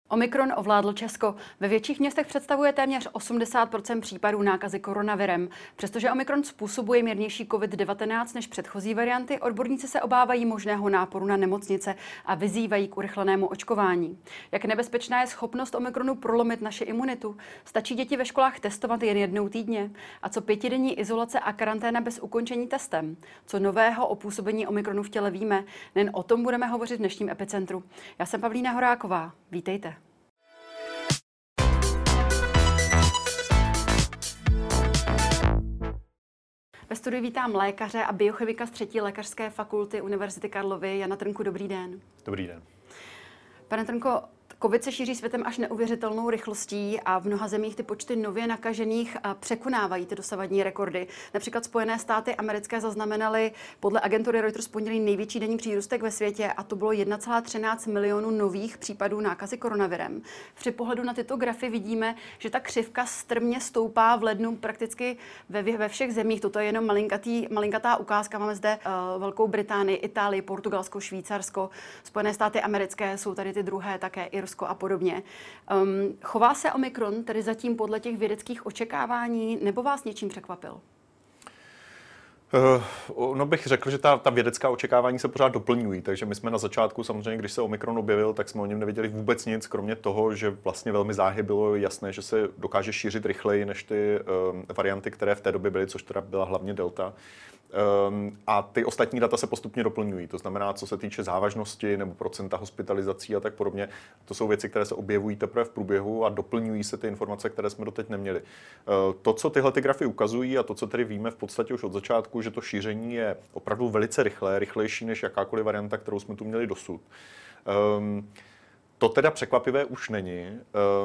Omikron ovládl Česko. Ve větších městech představuje téměř 80% případů nákazy koronavirem. Přestože Omikron způsobuje mírnější COVID-19 než předchozí varianty, odborníci se obávají možného náporu na nemocnice a vyzývají k urychlenému očkování. Jak nebezpečná je schopnost Omikronu prolomit naši imunitu? Stačí děti ve školách testovat jen jednou týdně? A co 5denní izolace a karanténa bez ukončení testem? Co nového o působení Omikronu v těle víme? Nejen o tom budeme hovořit v dnešním Epicentru. Já jsem Pavlína Horáková. Vítejte. Ve studiu vítám lékaře a biochemika z 3. lékařské fakulty Univerzity Karlovy Jana Trnku. Dobrý den. Dobrý den. Pane Trnko, COVID se šíří světem až neuvěřitelnou rychlostí a v mnoha zemích ty počty nově nakažených překonávají ty dosavadní rekordy. Například Spojené státy americké zaznamenaly podle agentury Reuters pondělí největší denní přírůstek ve světě a to bylo 1,13 milionu nových případů nákazy koronavirem. Při pohledu na tyto grafy vidíme, že ta křivka strmě stoupá v lednu prakticky ve všech zemích. Toto je jenom malinkatá ukázka. Máme zde Velkou Británii, Itálii, Portugalsko, Švýcarsko, Spojené státy americké, jsou tady ty druhé také Irsko a podobně. Chová se Omikron tedy zatím podle těch vědeckých očekávání, nebo vás něčím překvapil? No bych řekl, že ta vědecká očekávání se pořád doplňují, takže my jsme na začátku samozřejmě, když se Omikron objevil, tak jsme o něm nevěděli vůbec nic, kromě toho, že vlastně velmi záhy bylo jasné, že se dokáže šířit rychleji než ty varianty, které v té době byly, což teda byla hlavně Delta. A ty ostatní data se postupně doplňují. To znamená, co se týče závažnosti nebo procenta hospitalizací a tak podobně, to jsou věci, které se objevují teprve v průběhu a doplňují se ty informace, které jsme doteď neměli. To, co tyhle ty grafy ukazují a to, co tedy víme v podstatě už od začátku, že to šíření je opravdu velice rychlé, rychlejší než jakákoliv varianta, kterou jsme tu měli dosud. To teda překvapivé už není.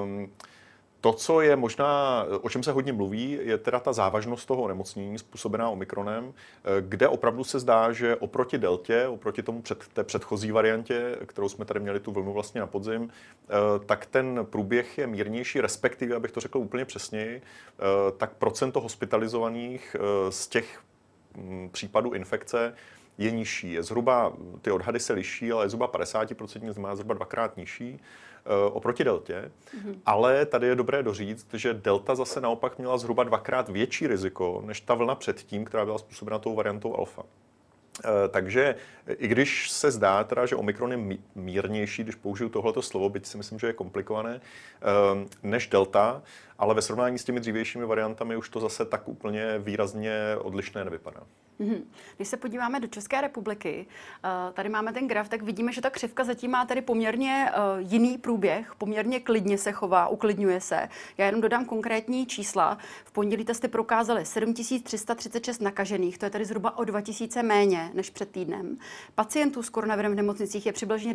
To, co je možná, o čem se hodně mluví, je teda ta závažnost toho onemocnění způsobená Omikronem, kde opravdu se zdá, že oproti deltě, oproti tomu té předchozí variantě, kterou jsme tady měli tu vlnu vlastně na podzim, tak ten průběh je mírnější, respektive, abych to řekl úplně přesněji, tak procento hospitalizovaných z těch případů infekce je nižší. Je zhruba, ty odhady se liší, ale je zhruba 50%, znamená zhruba dvakrát nižší oproti deltě. Ale tady je dobré doříct, že delta zase naopak měla zhruba dvakrát větší riziko než ta vlna předtím, která byla způsobena tou variantou alfa. Takže i když se zdá teda, že Omikron je mírnější, když použiju tohleto slovo, byť si myslím, že je komplikované, než delta, ale ve srovnání s těmi dřívějšími variantami už to zase tak úplně výrazně odlišné nevypadá. Když se podíváme do České republiky, tady máme ten graf, tak vidíme, že ta křivka zatím má tady poměrně jiný průběh, poměrně klidně se chová, uklidňuje se. Já jenom dodám konkrétní čísla. V pondělí testy prokázaly 7336 nakažených, to je tady zhruba o 2000 méně než před týdnem. Pacientů s koronavirem v nemocnicích je přibližně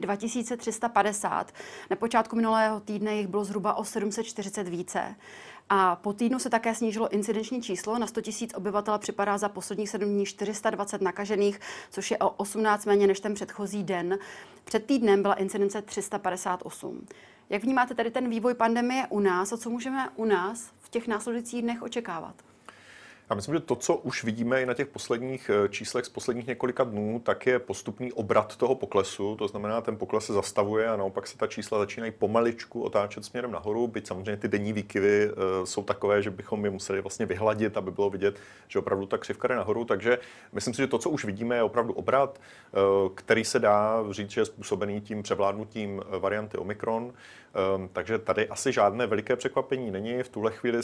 2350. Na počátku minulého týdne jich bylo zhruba o 740 více. A po týdnu se také snížilo incidenční číslo. Na 100 000 obyvatel připadá za posledních 7 dní 420 nakažených, což je o 18 méně než ten předchozí den. Před týdnem byla incidence 358. Jak vnímáte tedy ten vývoj pandemie u nás a co můžeme u nás v těch následujících dnech očekávat? Já myslím, že to, co už vidíme i na těch posledních číslech z posledních několika dnů, tak je postupný obrat toho poklesu. To znamená, ten pokles se zastavuje a naopak se ta čísla začínají pomaličku otáčet směrem nahoru, byť samozřejmě ty denní výkyvy jsou takové, že bychom je museli vlastně vyhladit, aby bylo vidět, že opravdu ta křivka jde nahoru. Takže myslím si, že to, co už vidíme, je opravdu obrat, který se dá říct, že je způsobený tím převládnutím varianty Omikron. Takže tady asi žádné veliké překvapení není. V tuhle chvíli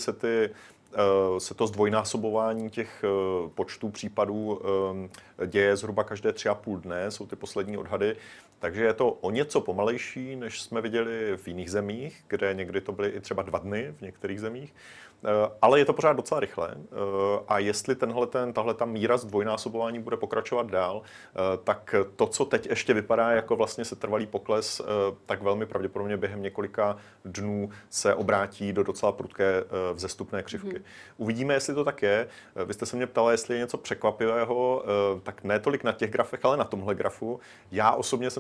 se to zdvojnásobování těch počtů případů děje zhruba každé 3,5 dne, jsou ty poslední odhady. Takže je to o něco pomalejší, než jsme viděli v jiných zemích, kde někdy to byly i třeba 2 dny v některých zemích. Ale je to pořád docela rychle a jestli tahle míra zdvojnásobování bude pokračovat dál, tak to, co teď ještě vypadá jako vlastně setrvalý pokles, tak velmi pravděpodobně během několika dnů se obrátí do docela prudké vzestupné křivky. Uvidíme, jestli to tak je. Vy jste se mě ptala, jestli je něco překvapivého, tak ne tolik na těch grafech, ale na tomhle grafu. Já osobně jsem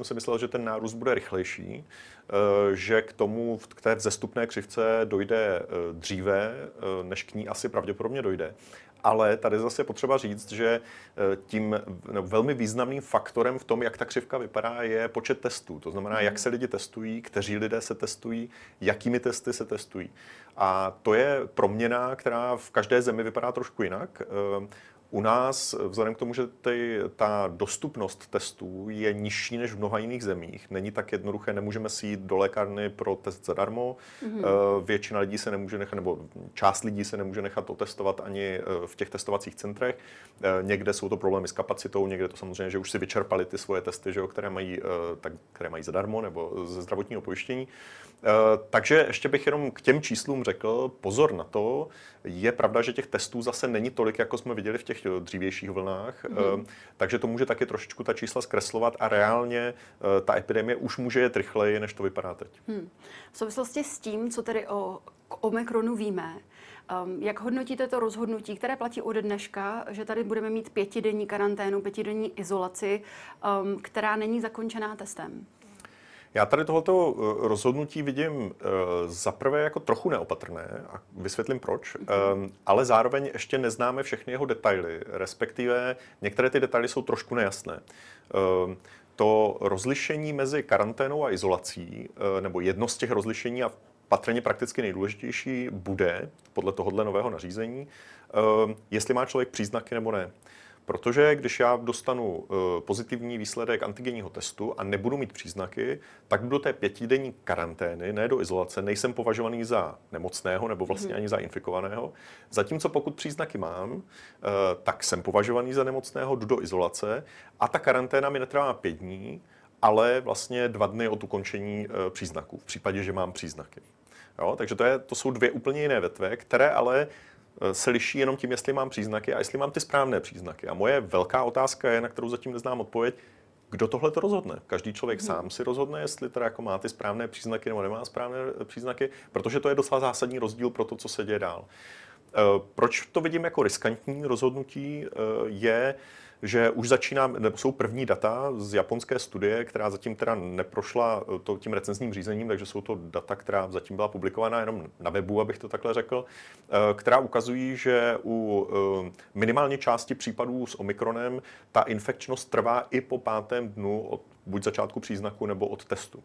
si myslel, že ten nárůst bude rychlejší, že k té vzestupné křivce dojde dříve, než k ní asi pravděpodobně dojde. Ale tady zase je potřeba říct, že tím velmi významným faktorem v tom, jak ta křivka vypadá, je počet testů. To znamená, jak se lidi testují, kteří lidé se testují, jakými testy se testují. A to je proměna, která v každé zemi vypadá trošku jinak. U nás, vzhledem k tomu, že ta dostupnost testů je nižší než v mnoha jiných zemích, není tak jednoduché, nemůžeme si jít do lékárny pro test zadarmo. Většina lidí se nemůže nechat, nebo část lidí se nemůže nechat otestovat ani v těch testovacích centrech. Někde jsou to problémy s kapacitou, někde to samozřejmě, že už si vyčerpali ty svoje testy, že jo, které mají zadarmo nebo ze zdravotního pojištění. Takže ještě bych jenom k těm číslům řekl, pozor na to, je pravda, že těch testů zase není tolik, jako jsme viděli v těch dřívějších vlnách, takže to může taky trošičku ta čísla zkreslovat a reálně ta epidemie už může jet rychleji, než to vypadá teď. V souvislosti s tím, co tedy o Omikronu víme, jak hodnotíte to rozhodnutí, které platí ode dneška, že tady budeme mít 5denní karanténu, 5denní izolaci, která není zakončená testem? Já tady tohoto rozhodnutí vidím zaprvé jako trochu neopatrné a vysvětlím proč, ale zároveň ještě neznáme všechny jeho detaily, respektive některé ty detaily jsou trošku nejasné. To rozlišení mezi karanténou a izolací, nebo jedno z těch rozlišení a patrně prakticky nejdůležitější bude, podle tohohle nového nařízení, jestli má člověk příznaky nebo ne. Protože když já dostanu pozitivní výsledek antigenního testu a nebudu mít příznaky, tak do té 5denní karantény, ne do izolace, nejsem považovaný za nemocného nebo vlastně ani za infikovaného. Zatímco pokud příznaky mám, tak jsem považovaný za nemocného, jdu do izolace a ta karanténa mi netrvá 5 dní, ale vlastně 2 dny od ukončení příznaků, v případě, že mám příznaky. Jo, takže to jsou 2 úplně jiné větve, které ale se liší jenom tím, jestli mám příznaky a jestli mám ty správné příznaky. A moje velká otázka je, na kterou zatím neznám odpověď, kdo tohle to rozhodne. Každý člověk sám si rozhodne, jestli teda jako má ty správné příznaky nebo nemá správné příznaky, protože to je docela zásadní rozdíl pro to, co se děje dál. Proč to vidím jako riskantní rozhodnutí, je, že už jsou první data z japonské studie, která zatím teda neprošla tím recenzním řízením, takže jsou to data, která zatím byla publikována jenom na webu, abych to takhle řekl, která ukazují, že u minimálně části případů s Omikronem ta infekčnost trvá i po 5. dnu od buď začátku příznaku nebo od testu.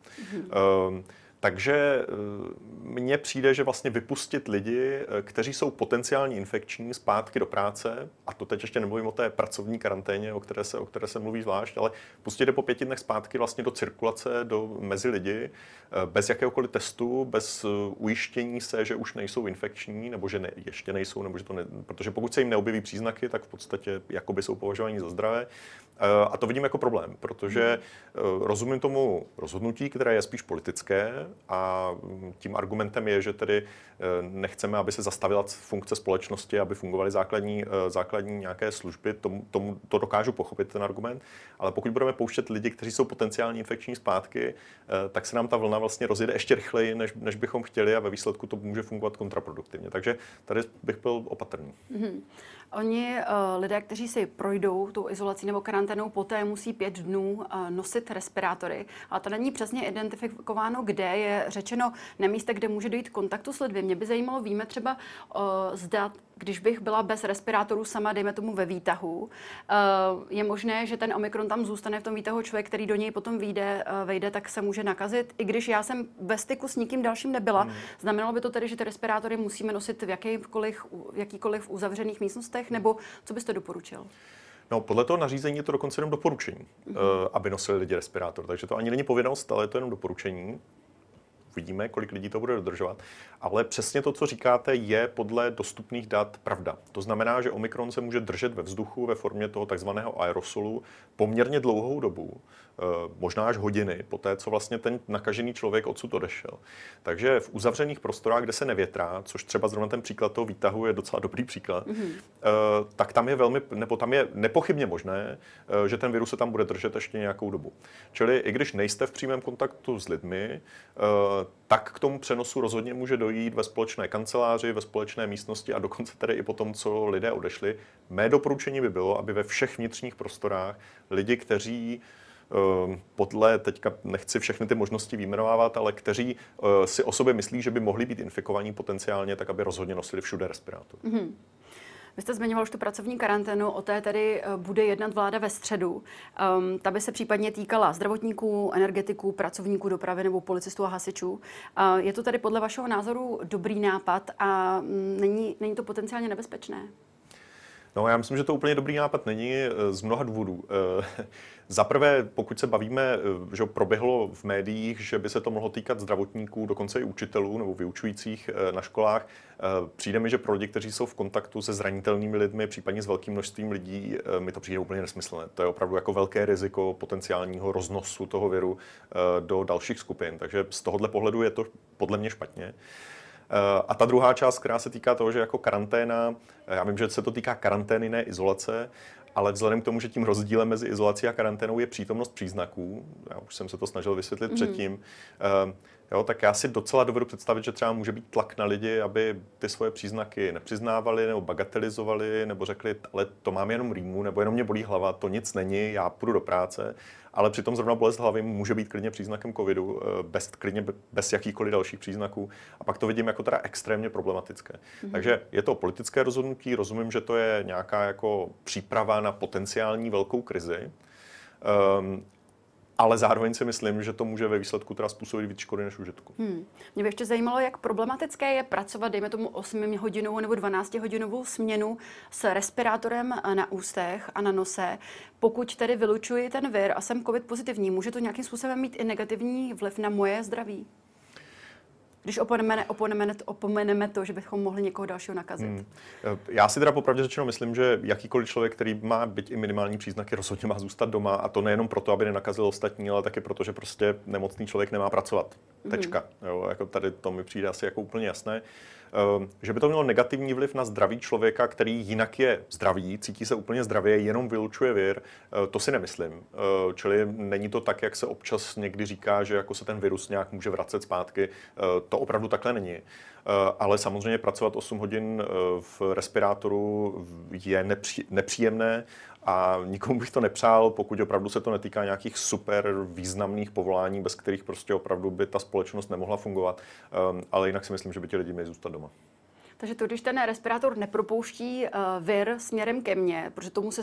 Takže mně přijde, že vlastně vypustit lidi, kteří jsou potenciálně infekční, zpátky do práce, a to teď ještě nemluvím o té pracovní karanténě, o které se mluví zvlášť, ale pustit je po 5 dnech zpátky vlastně do cirkulace, mezi lidi, bez jakéhokoliv testu, bez ujištění se, že už nejsou infekční, nebo že ještě nejsou, nebo že protože pokud se jim neobjeví příznaky, tak v podstatě jakoby jsou považováni za zdravé. A to vidím jako problém, protože rozumím tomu rozhodnutí, které je spíš politické, a tím argumentem je, že tedy nechceme, aby se zastavila funkce společnosti, aby fungovaly základní nějaké služby. To dokážu pochopit, ten argument. Ale pokud budeme pouštět lidi, kteří jsou potenciálně infekční zpátky, tak se nám ta vlna vlastně rozjede ještě rychleji, než bychom chtěli, a ve výsledku to může fungovat kontraproduktivně. Takže tady bych byl opatrný. Oni, lidé, kteří si projdou tou izolací nebo karanténou, poté musí 5 dnů nosit respirátory. A to není přesně identifikováno, kde je řečeno na místě, kde může dojít k kontaktu s lidmi. Mě by zajímalo, víme třeba, zda, když bych byla bez respirátorů sama, dejme tomu ve výtahu, je možné, že ten Omikron tam zůstane v tom výtahu, člověk, který do něj potom vejde, tak se může nakazit. I když já jsem ve styku s nikým dalším nebyla, znamenalo by to tedy, že ty respirátory musíme nosit v jakýkoliv uzavřených místnostech, nebo co byste doporučil? No, podle toho nařízení je to dokonce jenom doporučení, aby nosili lidi respirátor. Takže to ani není povinnost, ale je to jenom doporučení. Uvidíme, kolik lidí to bude dodržovat. Ale přesně to, co říkáte, je podle dostupných dat pravda. To znamená, že Omikron se může držet ve vzduchu ve formě toho takzvaného aerosolu poměrně dlouhou dobu, možná až hodiny, po té, co vlastně ten nakažený člověk odsud odešel. Takže v uzavřených prostorách, kde se nevětrá, což třeba zrovna ten příklad toho výtahu je docela dobrý příklad, tak tam je nepochybně možné, že ten virus se tam bude držet ještě nějakou dobu. Čili i když nejste v přímém kontaktu s lidmi, tak k tomu přenosu rozhodně může dojít ve společné kanceláři, ve společné místnosti a dokonce tedy i po tom, co lidé odešli. Mé doporučení by bylo, aby ve všech vnitřních prostorách lidi, kteří podle, teďka nechci všechny ty možnosti vyjmenovávat, ale kteří si o sobě myslí, že by mohli být infikovaní potenciálně, tak aby rozhodně nosili všude respirátor. Mm-hmm. Vy jste zmiňoval už tu pracovní karanténu, o té tedy bude jednat vláda ve středu. Ta by se případně týkala zdravotníků, energetiků, pracovníků dopravy nebo policistů a hasičů. Je to tedy podle vašeho názoru dobrý nápad a není to potenciálně nebezpečné? No, já myslím, že to úplně dobrý nápad není z mnoha důvodů. Za prvé, pokud se bavíme, že proběhlo v médiích, že by se to mohlo týkat zdravotníků, dokonce i učitelů nebo vyučujících na školách, přijde mi, že pro lidi, kteří jsou v kontaktu se zranitelnými lidmi, případně s velkým množstvím lidí, mi to přijde úplně nesmyslné. To je opravdu jako velké riziko potenciálního roznosu toho viru do dalších skupin. Takže z tohohle pohledu je to podle mě špatně. A ta druhá část, která se týká toho, že jako karanténa, já vím, že se to týká karantény, ne izolace, ale vzhledem k tomu, že tím rozdílem mezi izolací a karanténou je přítomnost příznaků, já už jsem se to snažil vysvětlit předtím, tak já si docela dovedu představit, že třeba může být tlak na lidi, aby ty svoje příznaky nepřiznávali nebo bagatelizovali, nebo řekli, ale to mám jenom rýmu, nebo jenom mě bolí hlava, to nic není, já půjdu do práce. Ale přitom zrovna bolest hlavy může být klidně příznakem covidu, klidně bez jakýchkoliv dalších příznaků. A pak to vidím jako teda extrémně problematické. Takže je to politické rozhodnutí, rozumím, že to je nějaká jako příprava na potenciální velkou krizi. Ale zároveň si myslím, že to může ve výsledku teda způsobit víc škody než užitku. Mě by ještě zajímalo, jak problematické je pracovat, dejme tomu 8hodinovou nebo 12hodinovou směnu s respirátorem na ústech a na nose. Pokud tedy vylučuji ten vir a jsem covid pozitivní, může to nějakým způsobem mít i negativní vliv na moje zdraví? Když opomeneme to, že bychom mohli někoho dalšího nakazit. Já si teda popravdě řečeno myslím, že jakýkoliv člověk, který má byť i minimální příznaky, rozhodně má zůstat doma, a to nejenom proto, aby nenakazil ostatní, ale taky proto, že prostě nemocný člověk nemá pracovat. Tečka. Jo, jako tady to mi přijde asi jako úplně jasné. Že by to mělo negativní vliv na zdraví člověka, který jinak je zdravý, cítí se úplně zdravě, jenom vylučuje vir, to si nemyslím. Čili není to tak, jak se občas někdy říká, že jako se ten virus nějak může vracet zpátky. To opravdu takhle není. Ale samozřejmě pracovat 8 hodin v respirátoru je nepříjemné a nikomu bych to nepřál, pokud opravdu se to netýká nějakých super významných povolání, bez kterých prostě opravdu by ta společnost nemohla fungovat. Ale jinak si myslím, že by ti lidi měli zůstat doma. Takže to, když ten respirátor nepropouští vir směrem ke mně, protože to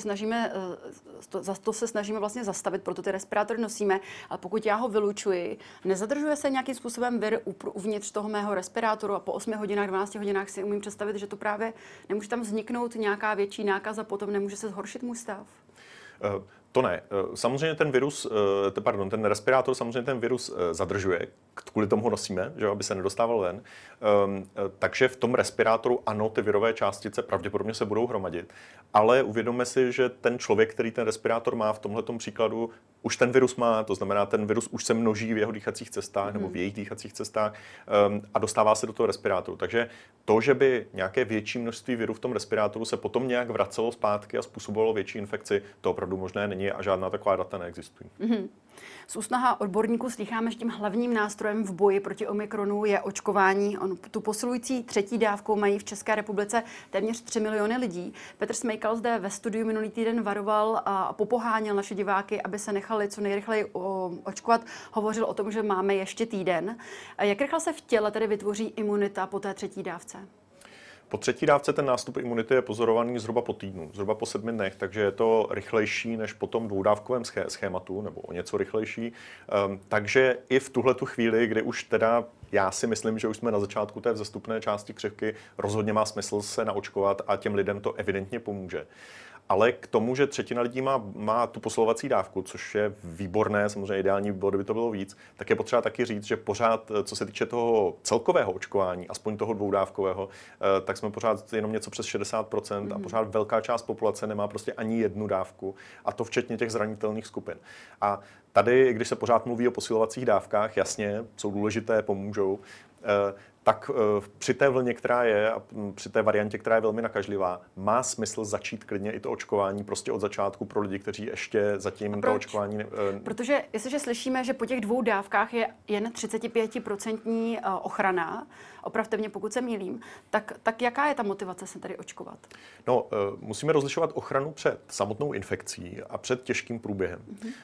se snažíme vlastně zastavit, proto ty respirátory nosíme, ale pokud já ho vylučuji, nezadržuje se nějakým způsobem vir uvnitř toho mého respirátoru a po 8 hodinách, 12 hodinách si umím představit, že to právě nemůže tam vzniknout nějaká větší nákaza, potom nemůže se zhoršit můj stav? To ne. Samozřejmě ten respirátor samozřejmě ten virus zadržuje, kvůli tomu ho nosíme, že aby se nedostával ven. Takže v tom respirátoru ano, ty virové částice pravděpodobně se budou hromadit, ale uvědomme si, že ten člověk, který ten respirátor má v tomhletom příkladu, už ten virus má, to znamená, ten virus už se množí v jeho dýchacích cestách nebo v jejich dýchacích cestách a dostává se do toho respirátoru. Takže to, že by nějaké větší množství viru v tom respirátoru se potom nějak vracelo zpátky a způsobovalo větší infekci, to opravdu možné není a žádná taková data neexistují. Z úst mnoha odborníků slýcháme, že tím hlavním nástrojem v boji proti Omikronu je očkování. Tu posilující třetí dávku mají v České republice téměř 3 miliony lidí. Petr Smejkal zde ve studiu minulý týden varoval a popoháněl naše diváky, aby se nechali co nejrychleji očkovat. Hovořil o tom, že máme ještě týden. Jak rychle se v těle tedy vytvoří imunita po té třetí dávce? Po třetí dávce ten nástup imunity je pozorovaný zhruba po týdnu, zhruba po 7 dnech, takže je to rychlejší než po tom dvoudávkovém schématu, nebo o něco rychlejší. Takže i v tuhletu chvíli, kdy už teda já si myslím, že už jsme na začátku té vzestupné části křivky, rozhodně má smysl se naočkovat a těm lidem to evidentně pomůže. Ale k tomu, že třetina lidí má tu posilovací dávku, což je výborné, samozřejmě ideální by bylo, kdyby to bylo víc, tak je potřeba taky říct, že pořád, co se týče toho celkového očkování, aspoň toho dvoudávkového, tak jsme pořád jenom něco přes 60% a pořád velká část populace nemá prostě ani jednu dávku, a to včetně těch zranitelných skupin. A tady, když se pořád mluví o posilovacích dávkách, jasně, jsou důležité, pomůžou, tak při té vlně, která je, a při té variantě, která je velmi nakažlivá, má smysl začít klidně i to očkování prostě od začátku pro lidi, kteří ještě zatím to očkování... Protože jestliže slyšíme, že po těch 2 dávkách je jen 35% ochrana, opravte mě, pokud se mýlím, tak jaká je ta motivace se tady očkovat? No, musíme rozlišovat ochranu před samotnou infekcí a před těžkým průběhem.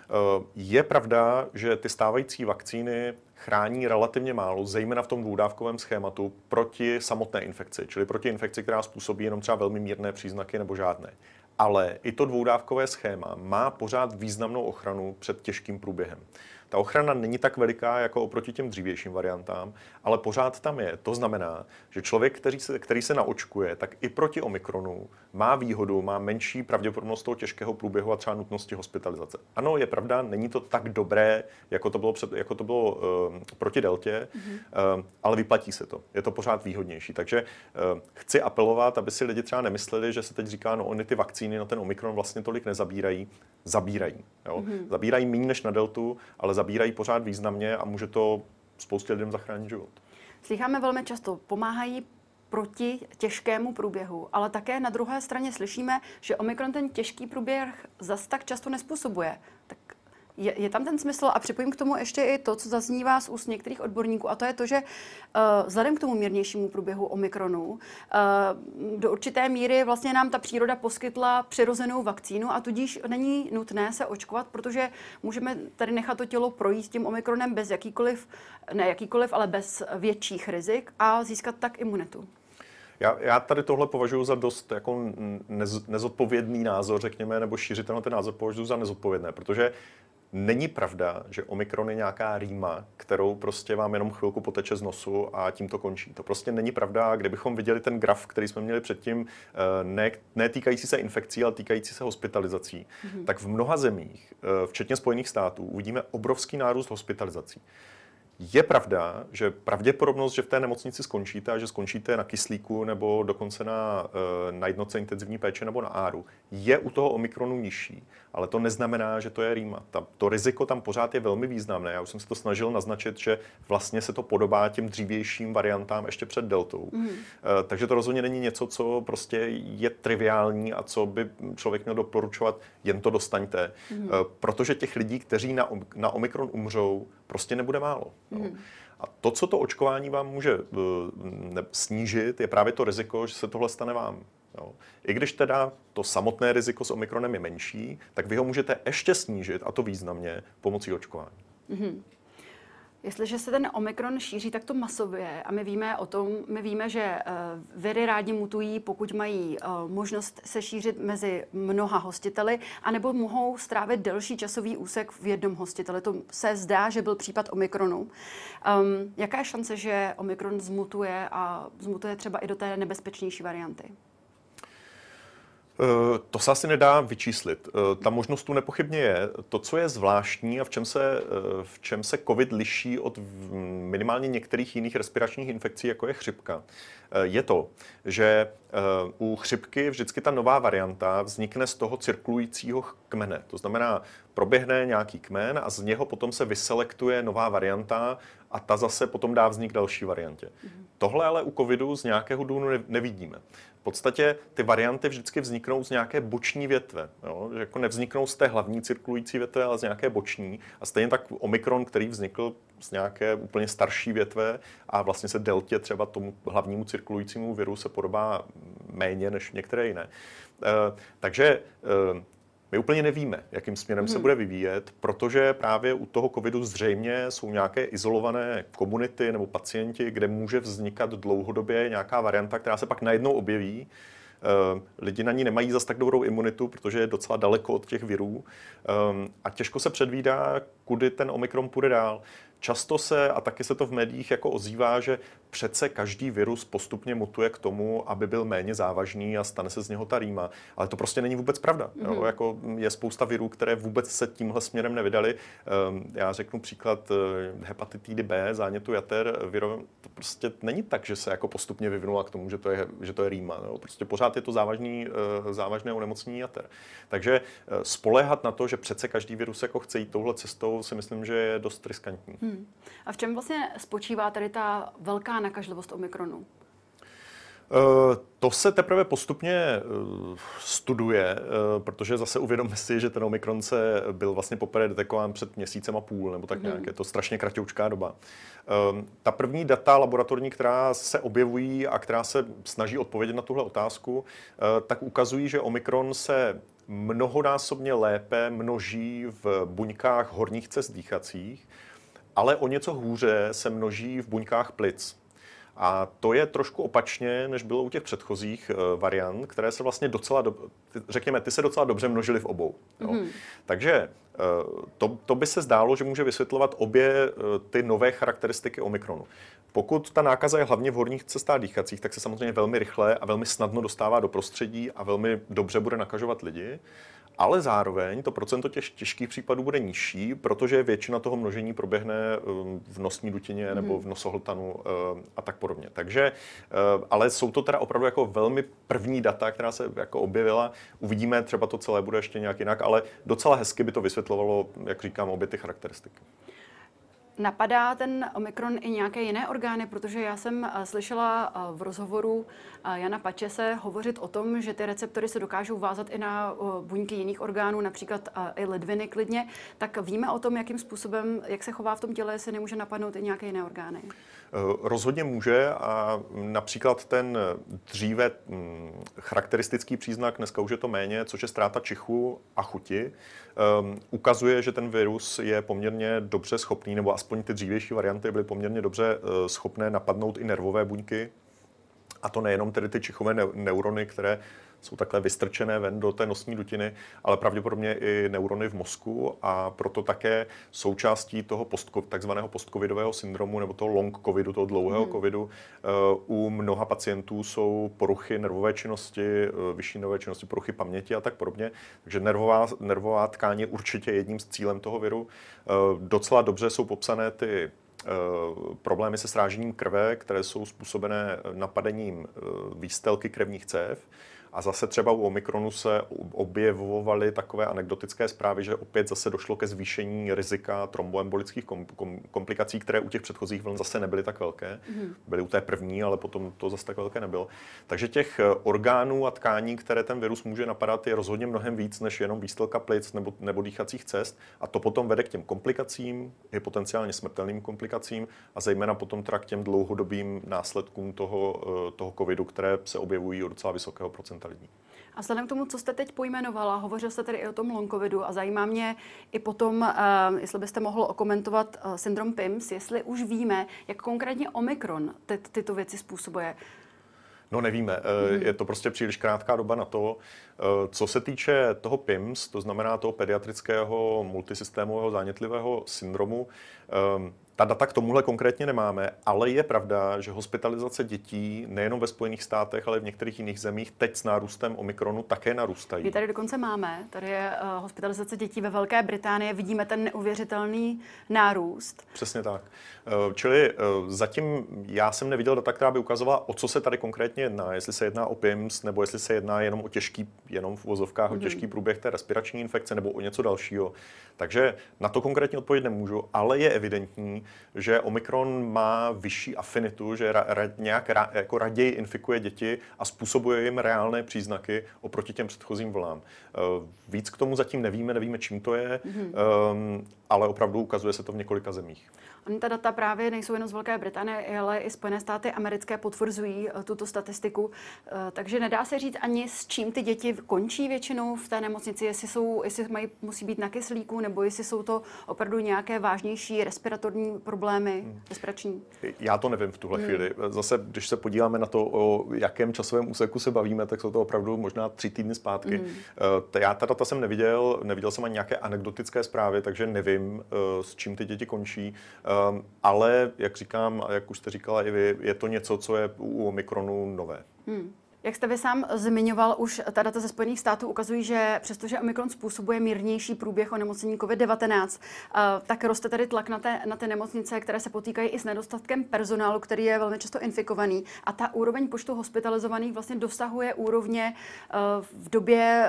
Je pravda, že ty stávající vakcíny chrání relativně málo, zejména v tom 2dávkovém schématu, proti samotné infekci, čili proti infekci, která způsobí jenom třeba velmi mírné příznaky nebo žádné. Ale i to 2dávkové schéma má pořád významnou ochranu před těžkým průběhem. Ta ochrana není tak veliká jako oproti těm dřívějším variantám, ale pořád tam je. To znamená, že člověk, který se naočkuje, tak i proti Omikronu má výhodu, má menší pravděpodobnost toho těžkého průběhu a třeba nutnosti hospitalizace. Ano, je pravda, není to tak dobré, jako to bylo proti deltě, ale vyplatí se to. Je to pořád výhodnější. Takže chci apelovat, aby si lidi třeba nemysleli, že se teď říká, no oni ty vakcíny na ten Omikron vlastně tolik nezabírají. Zabírají. Jo? Zabírají méně než na deltu, ale zabírají pořád významně a může to spoustě lidem zachránit život. Slycháme velmi často, pomáhají proti těžkému průběhu, ale také na druhé straně slyšíme, že Omikron ten těžký průběh zas tak často nezpůsobuje. Tak je tam ten smysl a připojím k tomu ještě i to, co zaznívá z úst některých odborníků, a to je to, že vzhledem k tomu mírnějšímu průběhu Omikronu do určité míry vlastně nám ta příroda poskytla přirozenou vakcínu a tudíž není nutné se očkovat, protože můžeme tady nechat to tělo projít tím Omikronem bez jakýkoliv, ale bez větších rizik a získat tak imunitu. Já tady tohle považuji za dost jako nezodpovědný názor, řekněme, nebo šířitelný ten názor považuji za nezodpovědné, protože není pravda, že Omikron je nějaká rýma, kterou prostě vám jenom chvilku poteče z nosu a tím to končí. To prostě není pravda. Kdybychom viděli ten graf, který jsme měli předtím, ne týkající se infekcí, ale týkající se hospitalizací, tak v mnoha zemích, včetně Spojených států, uvidíme obrovský nárůst hospitalizací. Je pravda, že pravděpodobnost, že v té nemocnici skončíte a že skončíte na kyslíku nebo dokonce na jednotce intenzivní péče nebo na áru, je u toho Omikronu nižší, ale to neznamená, že to je rýma. To riziko tam pořád je velmi významné. Já už jsem se to snažil naznačit, že vlastně se to podobá těm dřívějším variantám ještě před deltou. Takže to rozhodně není něco, co prostě je triviální a co by člověk měl doporučovat, jen to dostaňte. Protože těch lidí, kteří na Omikron umřou, prostě nebude málo. A to, co to očkování vám může snížit, je právě to riziko, že se tohle stane vám. Jo. I když teda to samotné riziko s Omikronem je menší, tak vy ho můžete ještě snížit, a to významně, pomocí očkování. Jestliže se ten Omikron šíří takto masově a my víme, že viry rádi mutují, pokud mají možnost se šířit mezi mnoha hostiteli, anebo mohou strávit delší časový úsek v jednom hostiteli. To se zdá, že byl případ Omikronu. Jaká je šance, že Omikron zmutuje a zmutuje třeba i do té nebezpečnější varianty? To se asi nedá vyčíslit. Ta možnost tu nepochybně je. To, co je zvláštní a v čem se COVID liší od minimálně některých jiných respiračních infekcí, jako je chřipka, je to, že u chřipky vždycky ta nová varianta vznikne z toho cirkulujícího kmene. To znamená, proběhne nějaký kmen a z něho potom se vyselektuje nová varianta a ta zase potom dá vznik další variantě. Tohle ale u covidu z nějakého důvodu nevidíme. V podstatě ty varianty vždycky vzniknou z nějaké boční větve. Jo? Že jako nevzniknou z té hlavní cirkulující větve, ale z nějaké boční. A stejně tak Omikron, který vznikl z nějaké úplně starší větve a vlastně se deltě třeba tomu hlavnímu cirkulujícímu viru se podobá méně než některé jiné. Takže my úplně nevíme, jakým směrem se bude vyvíjet, protože právě u toho covidu zřejmě jsou nějaké izolované komunity nebo pacienti, kde může vznikat dlouhodobě nějaká varianta, která se pak najednou objeví. Lidi na ní nemají zas tak dobrou imunitu, protože je docela daleko od těch virů a těžko se předvídá, kudy ten Omikron půjde dál. Často se, a taky se to v médiích jako ozývá, že přece každý virus postupně mutuje k tomu, aby byl méně závažný a stane se z něho ta rýma. Ale to prostě není vůbec pravda. Jo? Jako je spousta virů, které vůbec se tímhle směrem nevydaly. Já řeknu příklad hepatitidy B, zánětu jater, to prostě není tak, že se jako postupně vyvinula k tomu, že to je rýma. Jo? Prostě pořád je to závažné onemocnění jater. Takže spoléhat na to, že přece každý virus jako chce jít touhle cestou, si myslím, že je dost riskantní. A v čem vlastně spočívá tady ta velká nakažlivost Omikronu? To se teprve postupně studuje, protože zase uvědomme si, že ten Omikron byl vlastně poprvé detekován před měsícem a půl, nebo tak nějak. Je to strašně kratoučká doba. Ta první data laboratorní, která se objevují a která se snaží odpovědět na tuhle otázku, tak ukazují, že Omikron se mnohonásobně lépe množí v buňkách horních cest dýchacích, ale o něco hůře se množí v buňkách plic. A to je trošku opačně, než bylo u těch předchozích variant, které se vlastně řekněme, ty se docela dobře množily v obou. Jo. Takže to by se zdálo, že může vysvětlovat obě ty nové charakteristiky Omikronu. Pokud ta nákaza je hlavně v horních cestách dýchacích, tak se samozřejmě velmi rychle a velmi snadno dostává do prostředí a velmi dobře bude nakažovat lidi. Ale zároveň to procento těch těžkých případů bude nižší, protože většina toho množení proběhne v nosní dutině nebo v nosohltanu a tak podobně. Takže, ale jsou to teda opravdu jako velmi první data, která se jako objevila. Uvidíme, třeba to celé bude ještě nějak jinak, ale docela hezky by to vysvětlovalo, jak říkám, obě ty charakteristiky. Napadá ten Omikron i nějaké jiné orgány, protože já jsem slyšela v rozhovoru Jana Pačese hovořit o tom, že ty receptory se dokážou vázat i na buňky jiných orgánů, například i ledviny klidně. Tak víme o tom, jakým způsobem, jak se chová v tom těle, jestli nemůže napadnout i nějaké jiné orgány? Rozhodně může a například ten dříve charakteristický příznak, dneska už je to méně, což je ztráta čichu a chuti, ukazuje, že ten virus je poměrně dobře schopný, nebo aspoň ty dřívější varianty byly poměrně dobře schopné napadnout i nervové buňky. A to nejenom tedy ty čichové neurony, které jsou takhle vystrčené ven do té nosní dutiny, ale pravděpodobně i neurony v mozku a proto také součástí toho takzvaného postcovidového syndromu nebo toho long covidu, toho dlouhého covidu, u mnoha pacientů jsou poruchy nervové činnosti, vyšší nervové činnosti, poruchy paměti a tak podobně. Takže nervová tkáň je určitě jedním z cílem toho viru. Docela dobře jsou popsané ty problémy se srážením krve, které jsou způsobené napadením výstelky krevních cév. A zase třeba u Omikronu se objevovaly takové anekdotické zprávy, že opět zase došlo ke zvýšení rizika tromboembolických komplikací, které u těch předchozích vln zase nebyly tak velké. Byly u té první, ale potom to zase tak velké nebylo. Takže těch orgánů a tkání, které ten virus může napadat, je rozhodně mnohem víc než jenom výstelka plic nebo dýchacích cest. A to potom vede k těm komplikacím, i potenciálně smrtelným komplikacím a zejména potom teda k těm dlouhodobým následkům toho covidu, které se objevují u docela vysokého procenta lidí. A vzhledem k tomu, co jste teď pojmenovala, hovořil jste tedy i o tom long covidu a zajímá mě i potom, jestli byste mohl okomentovat syndrom PIMS, jestli už víme, jak konkrétně Omikron tyto věci způsobuje. No nevíme, je to prostě příliš krátká doba na to. Co se týče toho PIMS, to znamená toho pediatrického multisystémového zánětlivého syndromu, ta data k tomuhle konkrétně nemáme, ale je pravda, že hospitalizace dětí nejenom ve Spojených státech, ale i v některých jiných zemích teď s nárůstem Omikronu také narůstají. My tady dokonce máme, tady je hospitalizace dětí ve Velké Británii, vidíme ten neuvěřitelný nárůst. Přesně tak. Čili zatím já jsem neviděl data, která by ukazovala, o co se tady konkrétně jedná, jestli se jedná o PIMS, nebo jestli se jedná jenom o jenom v uvozovkách o těžký průběh té respirační infekce, nebo o něco dalšího. Takže na to konkrétně odpovědět nemůžu, ale je evidentní, že Omikron má vyšší afinitu, že jako raději infikuje děti a způsobuje jim reálné příznaky oproti těm předchozím vlnám. Víc k tomu zatím nevíme čím to je, ale opravdu ukazuje se to v několika zemích. Ta data právě nejsou jenom z Velké Británie, ale i Spojené státy americké potvrzují tuto statistiku. Takže nedá se říct ani, s čím ty děti končí většinou v té nemocnici, jestli musí být na kyslíku, nebo jestli jsou to opravdu nějaké vážnější respiratorní problémy, respirační. Já to nevím v tuhle chvíli. Zase, když se podíváme na to, o jakém časovém úseku se bavíme, tak jsou to opravdu možná 3 týdny zpátky. Já ta data jsem neviděl jsem ani nějaké anekdotické zprávy, takže nevím, s čím ty děti končí. Ale, jak říkám, a jak už jste říkala i vy, je to něco, co je u Omikronu nové. Jak jste vy sám zmiňoval, už ta data ze Spojených států ukazují, že přestože Omikron způsobuje mírnější průběh onemocnění COVID-19, tak roste tedy tlak na ty nemocnice, které se potýkají i s nedostatkem personálu, který je velmi často infikovaný. A ta úroveň počtu hospitalizovaných vlastně dosahuje úrovně v době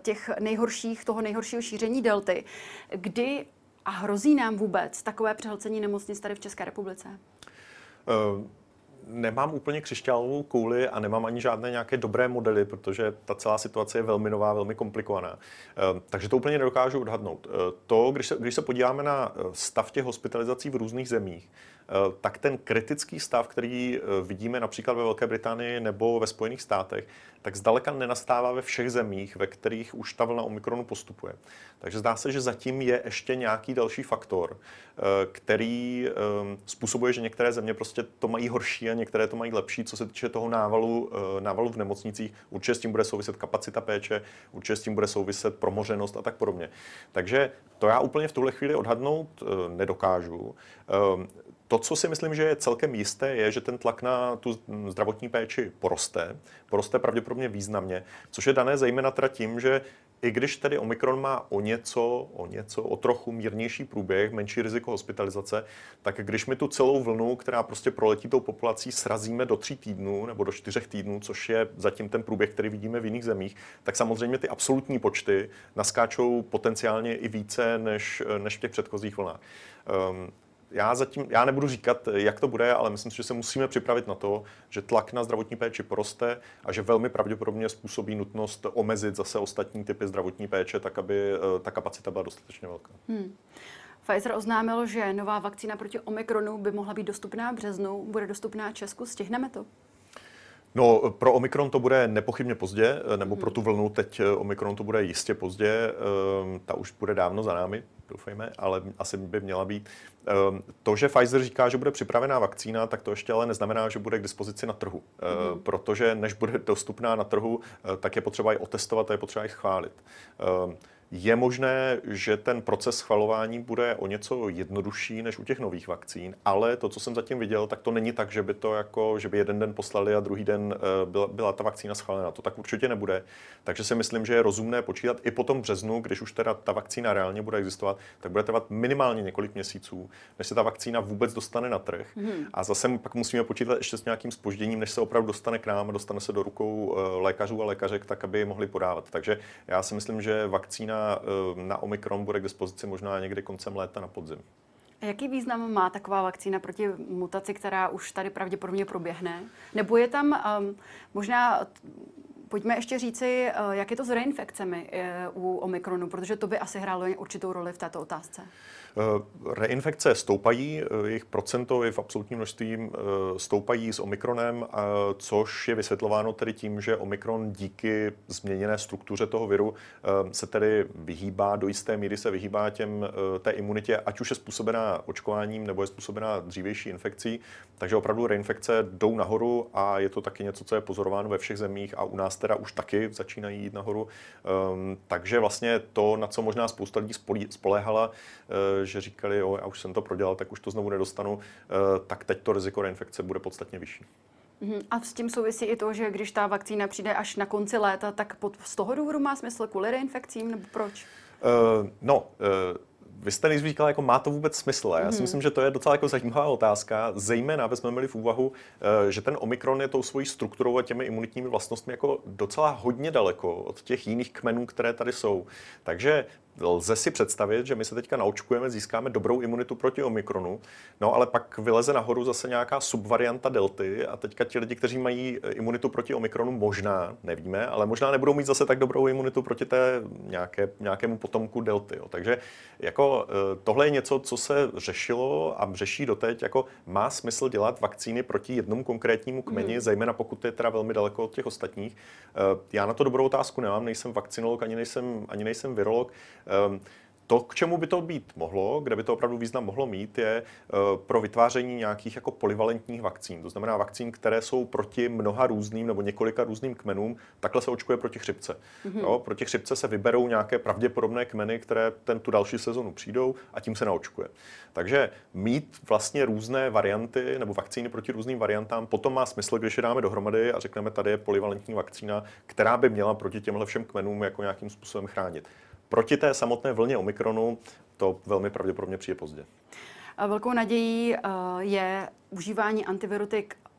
toho nejhoršího šíření delty. Kdy a hrozí nám vůbec takové přehlcení nemocnic tady v České republice? nemám úplně křišťálovou kouli a nemám ani žádné nějaké dobré modely, protože ta celá situace je velmi nová, velmi komplikovaná. Takže to úplně nedokážu odhadnout. To, když se podíváme na stav těch hospitalizací v různých zemích, tak ten kritický stav, který vidíme například ve Velké Británii nebo ve Spojených státech, tak zdaleka nenastává ve všech zemích, ve kterých už ta vlna Omikronu postupuje. Takže zdá se, že zatím je ještě nějaký další faktor, který způsobuje, že některé země prostě to mají horší a některé to mají lepší, co se týče toho návalu v nemocnicích. Určitě s tím bude souviset kapacita péče, určitě s tím bude souviset promořenost a tak podobně. Takže to já úplně v tuhle chvíli odhadnout nedokážu. To, co si myslím, že je celkem jisté, je, že ten tlak na tu zdravotní péči poroste pravděpodobně významně, což je dané zejména teda tím, že i když tedy Omikron má o trochu mírnější průběh, menší riziko hospitalizace, tak když my tu celou vlnu, která prostě proletí tou populací, srazíme do 3 týdnů nebo do 4 týdnů, což je zatím ten průběh, který vidíme v jiných zemích, tak samozřejmě ty absolutní počty naskáčou potenciálně i více než v těch předchozích vlnách. Já nebudu říkat, jak to bude, ale myslím si, že se musíme připravit na to, že tlak na zdravotní péči poroste a že velmi pravděpodobně způsobí nutnost omezit zase ostatní typy zdravotní péče, tak aby ta kapacita byla dostatečně velká. Pfizer oznámil, že nová vakcína proti Omikronu by mohla být dostupná v březnu. Bude dostupná Česku? Stihneme to? No, pro Omikron to bude nepochybně pozdě, nebo pro tu vlnu teď Omikron to bude jistě pozdě. Ta už bude dávno za námi, doufejme, ale asi by měla být. To, že Pfizer říká, že bude připravená vakcína, tak to ještě ale neznamená, že bude k dispozici na trhu. Protože než bude dostupná na trhu, tak je potřeba ji otestovat a je potřeba ji schválit. Je možné, že ten proces schvalování bude o něco jednodušší než u těch nových vakcín, ale to, co jsem zatím viděl, tak to není tak, že by jeden den poslali a druhý den byla ta vakcína schválena. To tak určitě nebude. Takže si myslím, že je rozumné počítat i po tom březnu, když už teda ta vakcína reálně bude existovat, tak bude trvat minimálně několik měsíců, než se ta vakcína vůbec dostane na trh. A zase pak musíme počítat ještě s nějakým zpožděním, než se opravdu dostane k nám a dostane se do rukou lékařů a lékařek, tak aby je mohli podávat. Takže já si myslím, že vakcína na Omikron bude k dispozici možná někdy koncem léta na podzim. Jaký význam má taková vakcína proti mutaci, která už tady pravděpodobně proběhne? Nebo je tam možná, pojďme ještě říci, jak je to s reinfekcemi u Omikronu, protože to by asi hrálo určitou roli v této otázce. Reinfekce stoupají, jejich procento je v absolutním množství stoupají s Omikronem, což je vysvětlováno tedy tím, že Omikron díky změněné struktuře toho viru se tedy vyhýbá, do jisté míry se vyhýbá té imunitě, ať už je způsobená očkováním nebo je způsobená dřívější infekcí. Takže opravdu reinfekce jdou nahoru a je to taky něco, co je pozorováno ve všech zemích a u nás teda už taky začínají jít nahoru. Takže vlastně to, na co možná spousta lidí spoléhala, že říkali, jo, já už jsem to prodělal, tak už to znovu nedostanu, tak teď to riziko reinfekce bude podstatně vyšší. A s tím souvisí i to, že když ta vakcína přijde až na konci léta, tak z toho důvodu má smysl kvůli reinfekcím, nebo proč? Vy jste nejdřív říkala, jako má to vůbec smysl. Já si myslím, že to je docela jako zajímavá otázka, zejména vezmeme-li v úvahu, že ten Omikron je tou svojí strukturou a těmi imunitními vlastnostmi jako docela hodně daleko od těch jiných kmenů, které tady jsou. Takže lze si představit, že my se teďka naočkujeme, získáme dobrou imunitu proti Omikronu, no ale pak vyleze nahoru zase nějaká subvarianta delty a teďka ti lidi, kteří mají imunitu proti Omikronu, možná, nevíme, ale možná nebudou mít zase tak dobrou imunitu proti té nějakému potomku delty. Jo. Takže jako tohle je něco, co se řešilo a řeší doteď, jako má smysl dělat vakcíny proti jednomu konkrétnímu kmeni, zejména pokud je teda velmi daleko od těch ostatních. Já na to dobrou otázku nemám, nejsem vakcinolog, ani nejsem virolog. To, k čemu by to být mohlo, kde by to opravdu význam mohlo mít, je pro vytváření nějakých jako polyvalentních vakcín. To znamená vakcín, které jsou proti mnoha různým nebo několika různým kmenům. Takhle se očkuje proti chřipce. Jo, proti chřipce se vyberou nějaké pravděpodobné kmeny, které tu další sezonu přijdou a tím se naočkuje. Takže mít vlastně různé varianty nebo vakcíny proti různým variantám potom má smysl, když je dáme dohromady a řekneme, tady je polyvalentní vakcína, která by měla proti těmhle všem kmenům jako nějakým způsobem chránit. Proti té samotné vlně Omikronu to velmi pravděpodobně přijde pozdě. Velkou nadějí je užívání antivirotik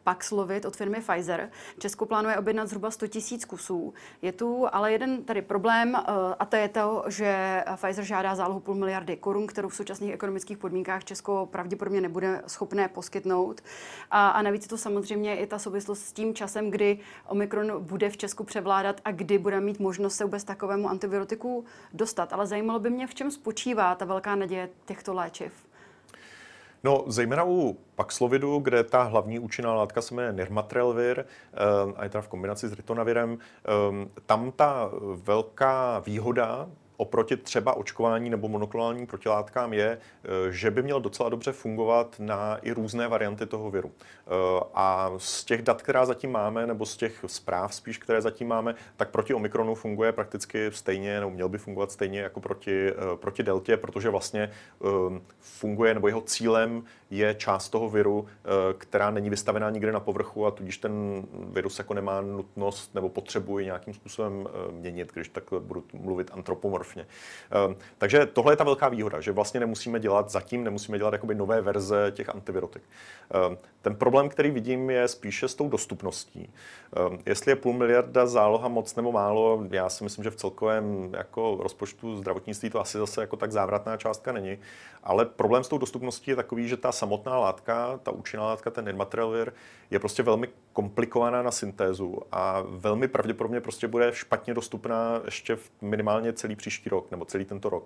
Paxlovid od firmy Pfizer. Česko plánuje objednat zhruba 100 000 kusů. Je tu ale jeden tady problém a to je to, že Pfizer žádá zálohu 500 miliardy korun, kterou v současných ekonomických podmínkách Česko pravděpodobně nebude schopné poskytnout. A navíc je to samozřejmě i ta souvislost s tím časem, kdy Omikron bude v Česku převládat a kdy budeme mít možnost se vůbec takovému antivirotiku dostat. Ale zajímalo by mě, v čem spočívá ta velká naděje těchto léčiv. No, zejména u Paxlovidu, kde ta hlavní účinná látka se jmenuje nirmatrelvir a je teda v kombinaci s ritonavirem, tam ta velká výhoda oproti třeba očkování nebo monoklonálním protilátkám je, že by měl docela dobře fungovat na i různé varianty toho viru. A z těch dat, která zatím máme, nebo z těch zpráv spíš, které zatím máme, tak proti Omikronu funguje prakticky stejně, nebo měl by fungovat stejně jako proti deltě, protože vlastně funguje, nebo jeho cílem je část toho viru, která není vystavená nikde na povrchu a tudíž ten virus jako nemá nutnost nebo potřebu nějakým způsobem měnit, když takhle budu mluvit antropomorfně. Takže tohle je ta velká výhoda, že vlastně nemusíme dělat jakoby nové verze těch antivirotik. Ten problém, který vidím, je spíše s tou dostupností. Jestli je 500 miliarda záloha moc nebo málo, já si myslím, že v celkovém jako rozpočtu zdravotnictví to asi zase jako tak závratná částka není. Ale problém s tou dostupností je takový, že ta samotná látka, ta účinná látka, ten nirmatrelvir, je prostě velmi komplikovaná na syntézu a velmi pravděpodobně prostě bude špatně dostupná ještě minimálně celý příští rok nebo celý tento rok.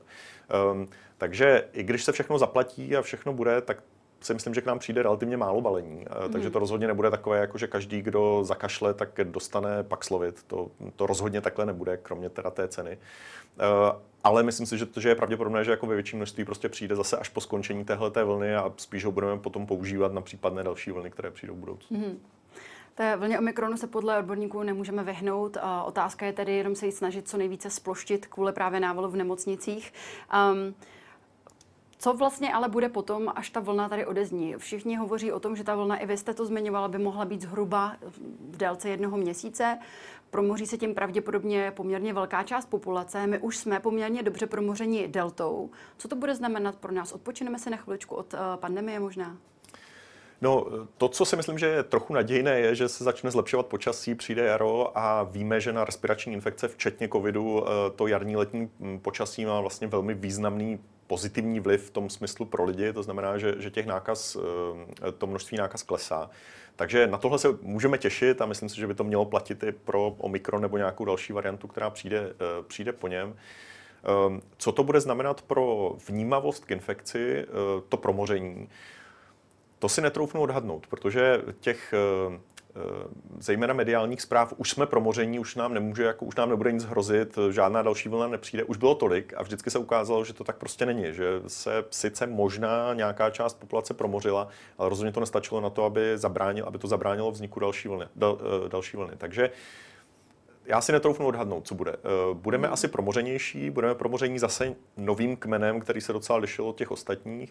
Takže i když se všechno zaplatí a všechno bude, tak si myslím, že k nám přijde relativně málo balení. Takže to rozhodně nebude takové, jako že každý, kdo zakašle, tak dostane Paxlovid. To rozhodně takhle nebude, kromě teda té ceny. Ale myslím si, že je pravděpodobné, že jako ve větším množství prostě přijde zase až po skončení téhleté vlny a spíš ho budeme potom používat na případné další vlny, které přijdou v budoucnu. Té vlně Omikronu se podle odborníků nemůžeme vyhnout. Otázka je tedy jenom se jí snažit co nejvíce sploštit kvůli právě návalu v nemocnicích. Co vlastně ale bude potom, až ta vlna tady odezní? Všichni hovoří o tom, že ta vlna, i vy jste to zmiňovala, by mohla být zhruba v délce 1 měsíce. Promoří se tím pravděpodobně poměrně velká část populace. My už jsme poměrně dobře promořeni deltou. Co to bude znamenat pro nás? Odpočineme se na chviličku od pandemie možná? No, to, co si myslím, že je trochu nadějné, je, že se začne zlepšovat počasí, přijde jaro a víme, že na respirační infekce, včetně covidu, to jarní letní počasí má vlastně velmi významný pozitivní vliv v tom smyslu pro lidi, to znamená, že těch nákaz, to množství nákaz klesá. Takže na tohle se můžeme těšit a myslím si, že by to mělo platit i pro Omikron nebo nějakou další variantu, která přijde po něm. Co to bude znamenat pro vnímavost k infekci, to promoření? To si netroufnu odhadnout, protože těch zejména mediálních zpráv už jsme promoření, už nám nebude nic hrozit, žádná další vlna nepřijde. Už bylo tolik a vždycky se ukázalo, že to tak prostě není, že se sice možná nějaká část populace promořila, ale rozhodně to nestačilo na to, aby to zabránilo vzniku další vlny. Takže já si netroufnu odhadnout, co bude. Budeme asi promořenější, budeme promoření zase novým kmenem, který se docela lišil od těch ostatních,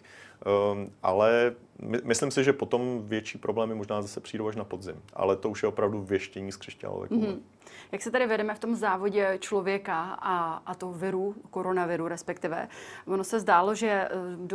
ale myslím si, že potom větší problémy možná zase přijdou až na podzim. Ale to už je opravdu věštění z křišťálové koule. Jak se tady vedeme v tom závodě člověka a toho viru, koronaviru respektive? Ono se zdálo, že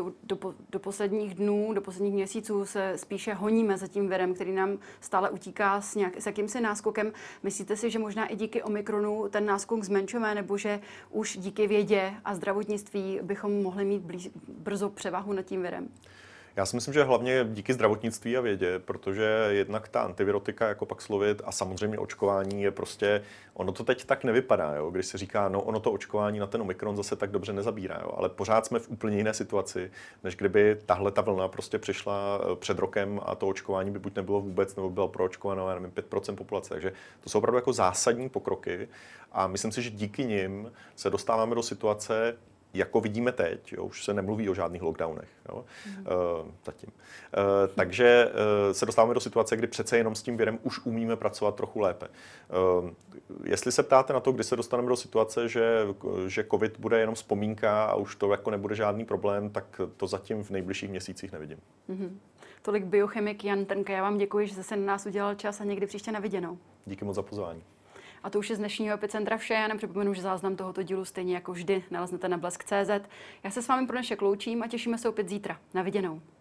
do posledních dnů, do posledních měsíců se spíše honíme za tím virem, který nám stále utíká s jakýmsi náskokem. Myslíte si, že možná i díky Omikronu ten náskok zmenšujeme, nebo že už díky vědě a zdravotnictví bychom mohli mít brzo převahu nad tím virem? Já si myslím, že hlavně díky zdravotnictví a vědě, protože jednak ta antivirotika jako Paxlovid a samozřejmě očkování je prostě, ono to teď tak nevypadá, jo? Když se říká, no ono to očkování na ten Omikron zase tak dobře nezabírá, jo? Ale pořád jsme v úplně jiné situaci, než kdyby tahle ta vlna prostě přišla před rokem a to očkování by buď nebylo vůbec, nebo bylo proočkováno, já nevím, 5% populace. Takže to jsou opravdu jako zásadní pokroky a myslím si, že díky nim se dostáváme do situace, jako vidíme teď, jo, už se nemluví o žádných lockdownech, jo, zatím. Takže se dostáváme do situace, kdy přece jenom s tím virem už umíme pracovat trochu lépe. Jestli se ptáte na to, kdy se dostaneme do situace, že covid bude jenom vzpomínka a už to jako nebude žádný problém, tak to zatím v nejbližších měsících nevidím. Tolik biochemik Jan Trnka, já vám děkuji, že jste na nás udělal čas a někdy příště na viděnou. Díky moc za pozvání. A to už je z dnešního Epicentra vše. Já připomenu, že záznam tohoto dílu stejně jako vždy naleznete na blesk.cz. Já se s vámi pro dnešek loučím a těšíme se opět zítra. Na viděnou.